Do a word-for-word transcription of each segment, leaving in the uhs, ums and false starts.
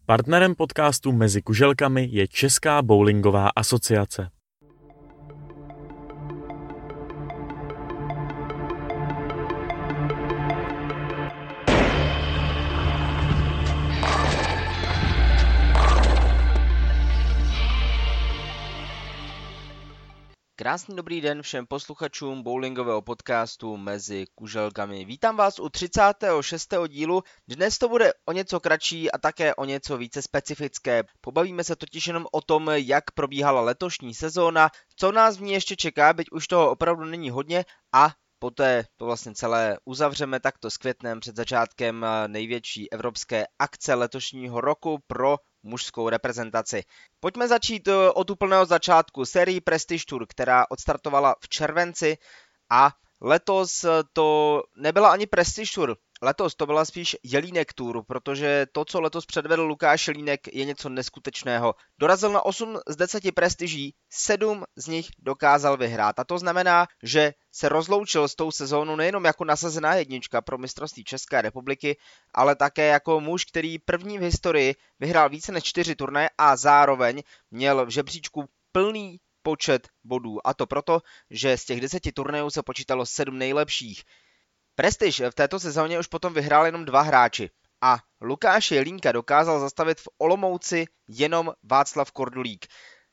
Partnerem podcastu Mezi kuželkami je Česká bowlingová asociace. Krásný dobrý den všem posluchačům bowlingového podcastu Mezi kuželkami. Vítám vás u třicátého šestého dílu. Dnes to bude o něco kratší a také o něco více specifické. Pobavíme se totiž jenom o tom, jak probíhala letošní sezóna, co nás v ní ještě čeká, byť už toho opravdu není hodně, a poté to vlastně celé uzavřeme takto s květnem před začátkem největší evropské akce letošního roku pro mužskou reprezentaci. Pojďme začít od úplného začátku. Sérii Prestige Tour, která odstartovala v červenci, a letos to nebyla ani Prestige Tour. Letos to byla spíš Jelínek Tour, protože to, co letos předvedl Lukáš Jelínek, je něco neskutečného. Dorazil na osm z deseti prestiží, sedm z nich dokázal vyhrát. A to znamená, že se rozloučil s tou sezónou nejenom jako nasazená jednička pro mistrovství České republiky, ale také jako muž, který první v historii vyhrál více než čtyři turnaje a zároveň měl v žebříčku plný počet bodů. A to proto, že z těch deseti turnajů se počítalo sedm nejlepších. Prestiž v této sezóně už potom vyhrál jenom dva hráči a Lukáše Jelínka dokázal zastavit v Olomouci jenom Václav Kordulík.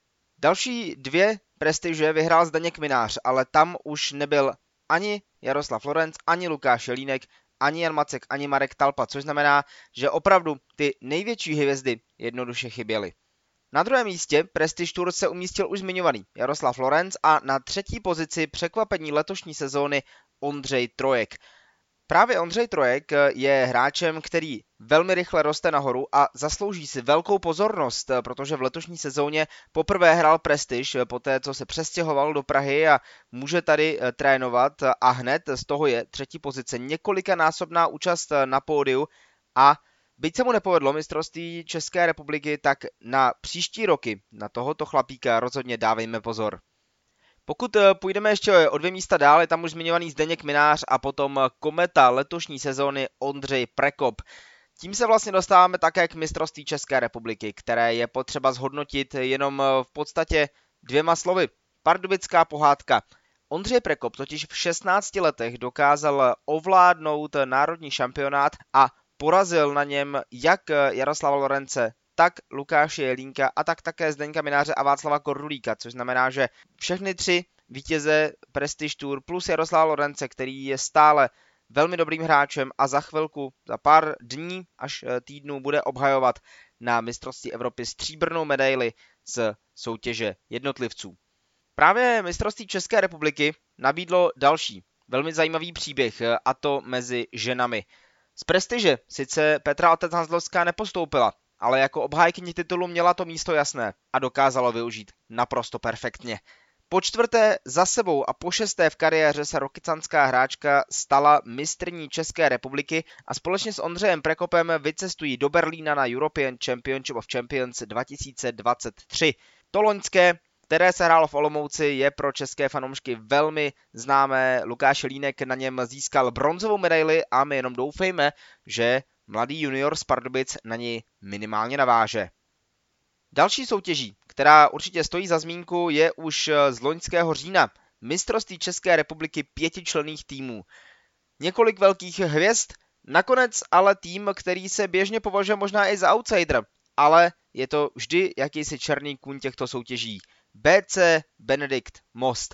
Další dvě prestiže vyhrál Zdeněk Minář, ale tam už nebyl ani Jaroslav Lorenc, ani Lukáš Jelínek, ani Jan Macek, ani Marek Talpa, což znamená, že opravdu ty největší hvězdy jednoduše chyběly. Na druhém místě Prestige Tour se umístil už zmiňovaný Jaroslav Lorenc a na třetí pozici překvapení letošní sezóny Ondřej Trojek. Právě Ondřej Trojek je hráčem, který velmi rychle roste nahoru a zaslouží si velkou pozornost, protože v letošní sezóně poprvé hrál Prestige, poté co se přestěhoval do Prahy a může tady trénovat, a hned z toho je třetí pozice, několikanásobná účast na pódiu, a byť se mu nepovedlo mistrovství České republiky, tak na příští roky na tohoto chlapíka rozhodně dávejme pozor. Pokud půjdeme ještě o dvě místa dál, je tam už zmiňovaný Zdeněk Minář a potom kometa letošní sezóny Ondřej Prekop. Tím se vlastně dostáváme také k mistrovství České republiky, které je potřeba zhodnotit jenom v podstatě dvěma slovy. Pardubická pohádka. Ondřej Prekop totiž v šestnácti letech dokázal ovládnout národní šampionát a porazil na něm jak Jaroslava Lorence, tak Lukáše Jelínka a tak také Zdeňka Mináře a Václava Kordulíka, což znamená, že všechny tři vítěze Prestige Tour plus Jaroslava Lorence, který je stále velmi dobrým hráčem a za chvilku, za pár dní až týdnů bude obhajovat na mistrovství Evropy stříbrnou medaili z soutěže jednotlivců. Právě mistrovství České republiky nabídlo další velmi zajímavý příběh, a to mezi ženami. Z Prestige sice Petra Otec-Hanzlovská nepostoupila, ale jako obhájkyně titulu měla to místo jasné a dokázala využít naprosto perfektně. Po čtvrté za sebou a po šesté v kariéře se rokycanská hráčka stala mistryní České republiky a společně s Ondřejem Prekopem vycestují do Berlína na European Championship of Champions dva tisíce dvacet tři. To loňské, které se hrálo v Olomouci, je pro české fanoušky velmi známé. Lukáš Jelínek na něm získal bronzovou medaili a my jenom doufejme, že mladý junior z Pardubic na ní minimálně naváže. Další soutěží, která určitě stojí za zmínku, je už z loňského října. Mistrovství České republiky pětičlenných týmů. Několik velkých hvězd, nakonec ale tým, který se běžně považuje možná i za outsider, ale je to vždy jakýsi černý kůň těchto soutěží. bé cé Benedikt Most.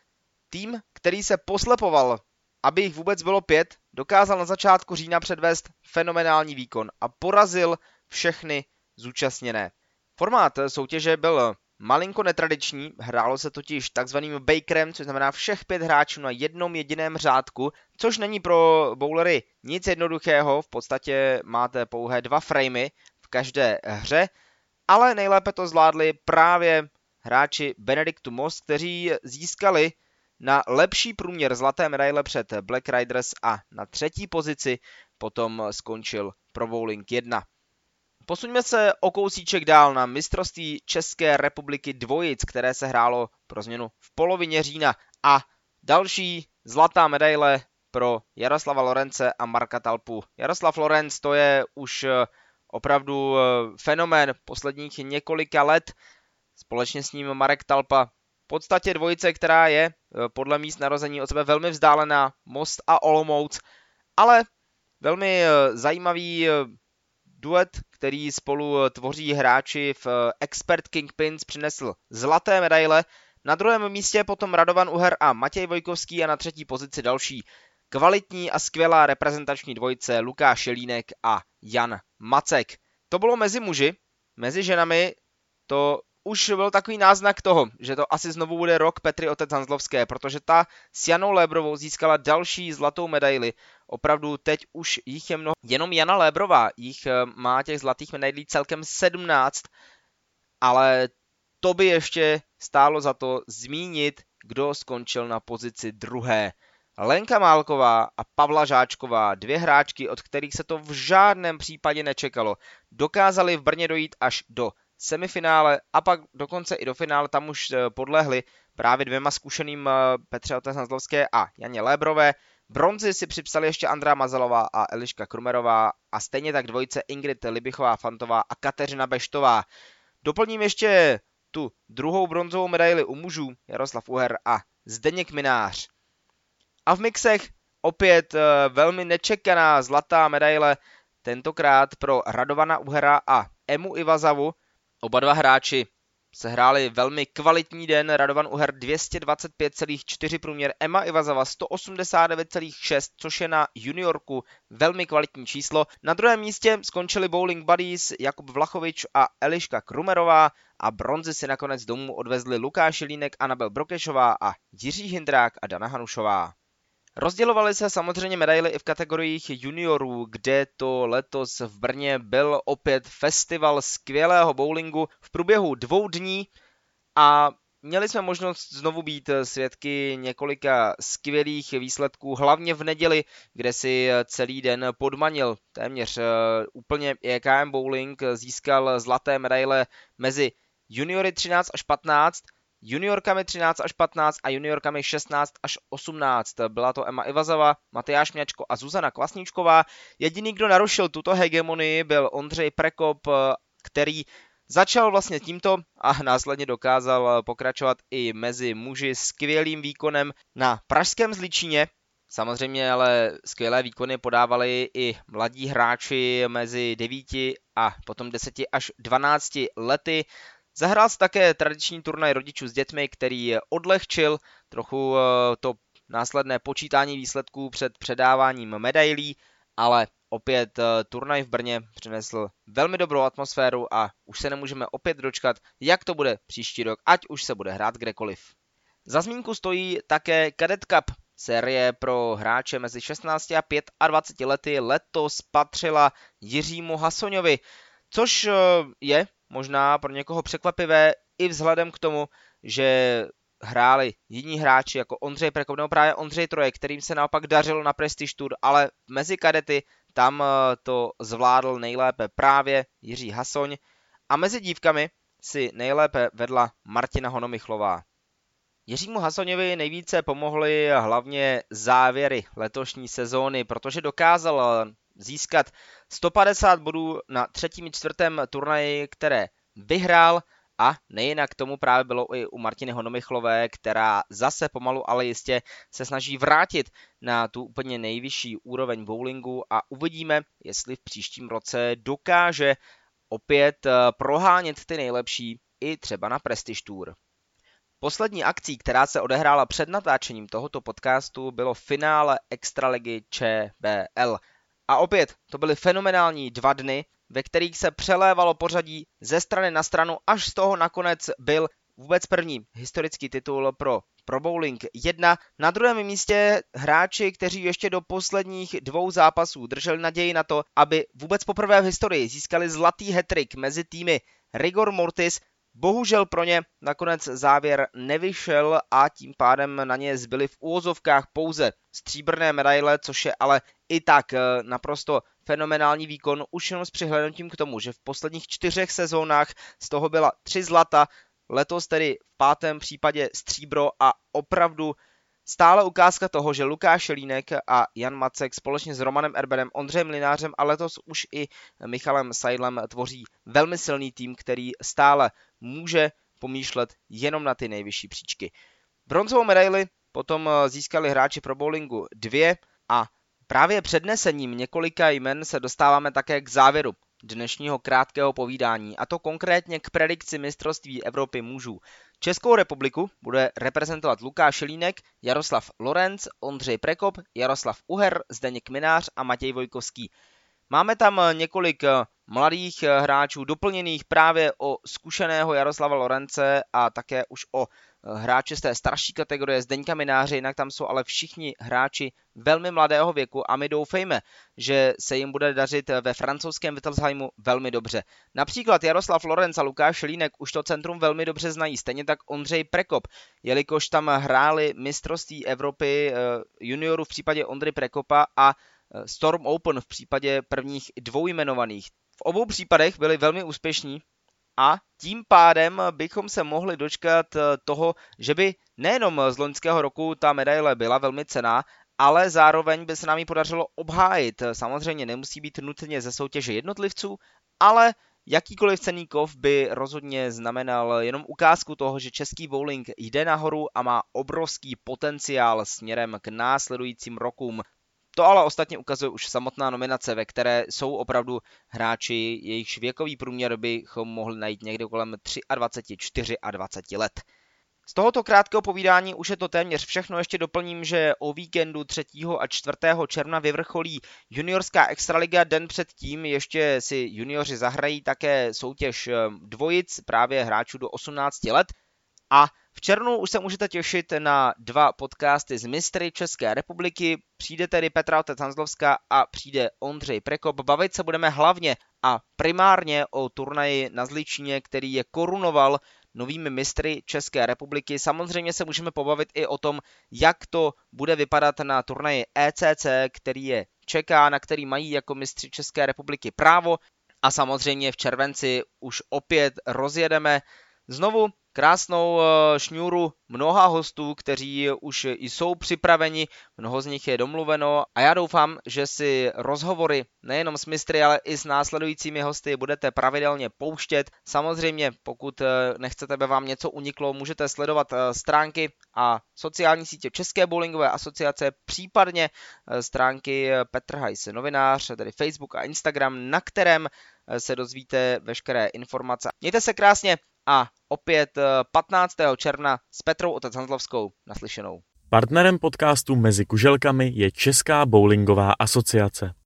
Tým, který se poslepoval, aby jich vůbec bylo pět, dokázal na začátku října předvést fenomenální výkon a porazil všechny zúčastněné. Formát soutěže byl malinko netradiční, hrálo se totiž takzvaným bakerem, což znamená všech pět hráčů na jednom jediném řádku, což není pro bowlery nic jednoduchého, v podstatě máte pouhé dva framey v každé hře, ale nejlépe to zvládli právě hráči Benediktu Most, kteří získali na lepší průměr zlaté medaile před Black Riders a na třetí pozici potom skončil Pro Bowling jedna. Posuňme se o kousíček dál na mistrovství České republiky dvojic, které se hrálo pro změnu v polovině října, a další zlatá medaile pro Jaroslava Lorence a Marka Talpu. Jaroslav Lorenc, to je už opravdu fenomén posledních několika let. Společně s ním Marek Talpa. V podstatě dvojice, která je podle míst narození od sebe velmi vzdálená, Most a Olomouc, ale velmi zajímavý duet, který spolu tvoří hráči v Expert Kingpins, přinesl zlaté medaile. Na druhém místě potom Radovan Uher a Matěj Vojkovský a na třetí pozici další kvalitní a skvělá reprezentační dvojice Lukáš Jelínek a Jan Macek. To bylo mezi muži, mezi ženami to už byl takový náznak toho, že to asi znovu bude rok Petry Otec Hanzlovské, protože ta s Janou Lébrovou získala další zlatou medaili. Opravdu teď už jich je mnoho. Jenom Jana Lébrová jich má těch zlatých medailí celkem sedmnáct, ale to by ještě stálo za to zmínit, kdo skončil na pozici druhé. Lenka Málková a Pavla Žáčková, dvě hráčky, od kterých se to v žádném případě nečekalo, dokázali v Brně dojít až do semifinále a pak dokonce i do finále, tam už podlehli právě dvěma zkušeným Petře Otec Hanzlovské a Janě Lébrové. Bronzy si připsali ještě Andrea Mazalová a Eliška Krumerová a stejně tak dvojice Ingrid Libichová-Fantová a Kateřina Beštová. Doplním ještě tu druhou bronzovou medaili u mužů, Jaroslav Uher a Zdeněk Minář. A v mixech opět velmi nečekaná zlatá medaile, tentokrát pro Radovana Uhera a Emu Ivazavu. Oba dva hráči sehráli velmi kvalitní den, Radovan Uher dvě stě dvacet pět celá čtyři průměr, Ema Ivazava sto osmdesát devět celá šest, což je na juniorku velmi kvalitní číslo. Na druhém místě skončili Bowling Buddies Jakub Vlachovič a Eliška Krumerová a bronzy si nakonec domů odvezli Lukáš Jelínek, Anabel Brokešová a Jiří Hindrák a Dana Hanušová. Rozdělovaly se samozřejmě medaily i v kategoriích juniorů, kde to letos v Brně byl opět festival skvělého bowlingu v průběhu dvou dní a měli jsme možnost znovu být svědky několika skvělých výsledků, hlavně v neděli, kde si celý den podmanil téměř úplně E K M Bowling, získal zlaté medaile mezi juniory třináct až patnáct, juniorkami třináct až patnáct a juniorkami šestnáct až osmnáct. Byla to Ema Ivazava, Matyáš Mňačko a Zuzana Kvasníčková. Jediný, kdo narušil tuto hegemonii, byl Ondřej Prekop, který začal vlastně tímto a následně dokázal pokračovat i mezi muži skvělým výkonem na pražském Zličíně. Samozřejmě ale skvělé výkony podávali i mladí hráči mezi devíti a potom deseti až dvanácti lety. Zahrál se také tradiční turnaj rodičů s dětmi, který odlehčil trochu to následné počítání výsledků před předáváním medailí, ale opět turnaj v Brně přinesl velmi dobrou atmosféru a už se nemůžeme opět dočkat, jak to bude příští rok, ať už se bude hrát kdekoliv. Za zmínku stojí také Cadet Cup, série pro hráče mezi šestnácti a dvaceti pěti lety. Letos patřila Jiřímu Hasoňovi, což je možná pro někoho překvapivé i vzhledem k tomu, že hráli jiní hráči jako Ondřej Prekop nebo právě Ondřej Trojek, kterým se naopak dařilo na Prestige Tour, ale mezi kadety tam to zvládl nejlépe právě Jiří Hasoň a mezi dívkami si nejlépe vedla Martina Honomychlová. Jiřímu Hasoňovi nejvíce pomohly hlavně závěry letošní sezóny, protože dokázal získat sto padesát bodů na třetím i čtvrtém turnaji, které vyhrál a nejinak tomu právě bylo i u Martiny Honomychlové, která zase pomalu, ale jistě se snaží vrátit na tu úplně nejvyšší úroveň bowlingu a uvidíme, jestli v příštím roce dokáže opět prohánět ty nejlepší i třeba na Prestige Tour. Poslední akcí, která se odehrála před natáčením tohoto podcastu, bylo finále Extraligy Č B L. A opět to byly fenomenální dva dny, ve kterých se přelévalo pořadí ze strany na stranu, až z toho nakonec byl vůbec první historický titul pro Pro Bowling jedna. Na druhém místě hráči, kteří ještě do posledních dvou zápasů drželi naději na to, aby vůbec poprvé v historii získali zlatý hat-trick mezi týmy Rigor Mortis. Bohužel pro ně nakonec závěr nevyšel a tím pádem na ně zbyly v úvozovkách pouze stříbrné medaile, což je ale i tak naprosto fenomenální výkon, už jenom s přihlédnutím k tomu, že v posledních čtyřech sezónách z toho byla tři zlata, letos tedy v pátém případě stříbro a opravdu stále ukázka toho, že Lukáš Jelínek a Jan Macek společně s Romanem Erbenem, Ondřejem Mlynářem a letos už i Michalem Seidlem tvoří velmi silný tým, který stále může pomýšlet jenom na ty nejvyšší příčky. Bronzovou medaili potom získali hráči pro bowlingu dvě a právě přednesením několika jmen se dostáváme také k závěru dnešního krátkého povídání, a to konkrétně k predikci mistrovství Evropy mužů. Českou republiku bude reprezentovat Lukáš Jelínek, Jaroslav Lorenc, Ondřej Prekop, Jaroslav Uher, Zdeněk Minář a Matěj Vojkovský. Máme tam několik mladých hráčů doplněných právě o zkušeného Jaroslava Lorence a také už o hráče z té starší kategorie Zdeňka Mináře, jinak tam jsou ale všichni hráči velmi mladého věku a my doufejme, že se jim bude dařit ve francouzském Wittelsheimu velmi dobře. Například Jaroslav Lorenc a Lukáš Jelínek už to centrum velmi dobře znají, stejně tak Ondřej Prekop, jelikož tam hráli mistrovství Evropy juniorů v případě Ondry Prekopa a Storm Open v případě prvních dvou jmenovaných. V obou případech byli velmi úspěšní a tím pádem bychom se mohli dočkat toho, že by nejenom z loňského roku ta medaile byla velmi cenná, ale zároveň by se nám ji podařilo obhájit. Samozřejmě nemusí být nutně ze soutěže jednotlivců, ale jakýkoliv cenný kov by rozhodně znamenal jenom ukázku toho, že český bowling jde nahoru a má obrovský potenciál směrem k následujícím rokům. To ale ostatně ukazuje už samotná nominace, ve které jsou opravdu hráči, jejichž věkový průměr bychom mohli najít někde kolem dvacet tři a dvacet čtyři let. Z tohoto krátkého povídání už je to téměř všechno, ještě doplním, že o víkendu třetího a čtvrtého června vyvrcholí juniorská extraliga, den předtím ještě si junioři zahrají také soutěž dvojic, právě hráčů do osmnácti let. A v červnu už se můžete těšit na dva podcasty z mistry České republiky. Přijde tedy Petra Otec-Hanzlovská a přijde Ondřej Prekop. Bavit se budeme hlavně a primárně o turnaji na Zličíně, který je korunoval novými mistry České republiky. Samozřejmě se můžeme pobavit i o tom, jak to bude vypadat na turnaji E C C, který je čeká, na který mají jako mistři České republiky právo. A samozřejmě v červenci už opět rozjedeme znovu krásnou šňůru mnoha hostů, kteří už jsou připraveni, mnoho z nich je domluveno a já doufám, že si rozhovory nejenom s mistry, ale i s následujícími hosty budete pravidelně pouštět. Samozřejmě, pokud nechcete, aby vám něco uniklo, můžete sledovat stránky a sociální sítě České bowlingové asociace, případně stránky Petr Hajs novinář, tedy Facebook a Instagram, na kterém se dozvíte veškeré informace. Mějte se krásně a opět patnáctého června s Petrou Otec-Hanzlovskou naslyšenou. Partnerem podcastu Mezi kuželkami je Česká bowlingová asociace.